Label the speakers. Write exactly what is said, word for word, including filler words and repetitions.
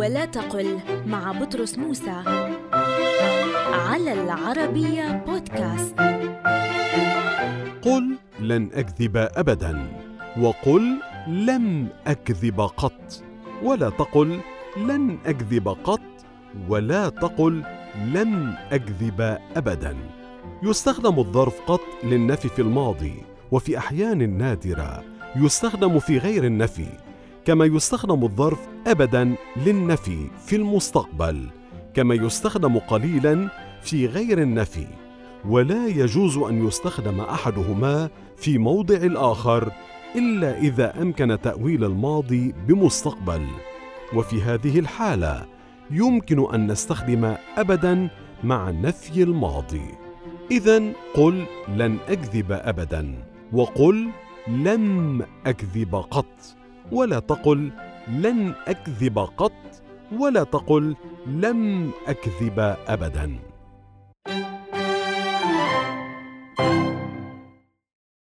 Speaker 1: ولا تقل مع بطرس موسى على العربية بودكاست.
Speaker 2: قل لن أكذب أبداً، وقل لم أكذب قط، ولا تقل لن أكذب قط، ولا تقل لم أكذب أبداً. يستخدم الظرف قط للنفي في الماضي، وفي أحيان نادرة يستخدم في غير النفي، كما يستخدم الظرف أبداً للنفي في المستقبل، كما يستخدم قليلاً في غير النفي، ولا يجوز أن يستخدم أحدهما في موضع الآخر إلا إذا أمكن تأويل الماضي بمستقبل، وفي هذه الحالة يمكن أن نستخدم أبداً مع نفي الماضي. إذن قل لن أكذب أبداً، وقل لم أكذب قط، ولا تقل لن أكذب قط، ولا تقل لم أكذب أبداً.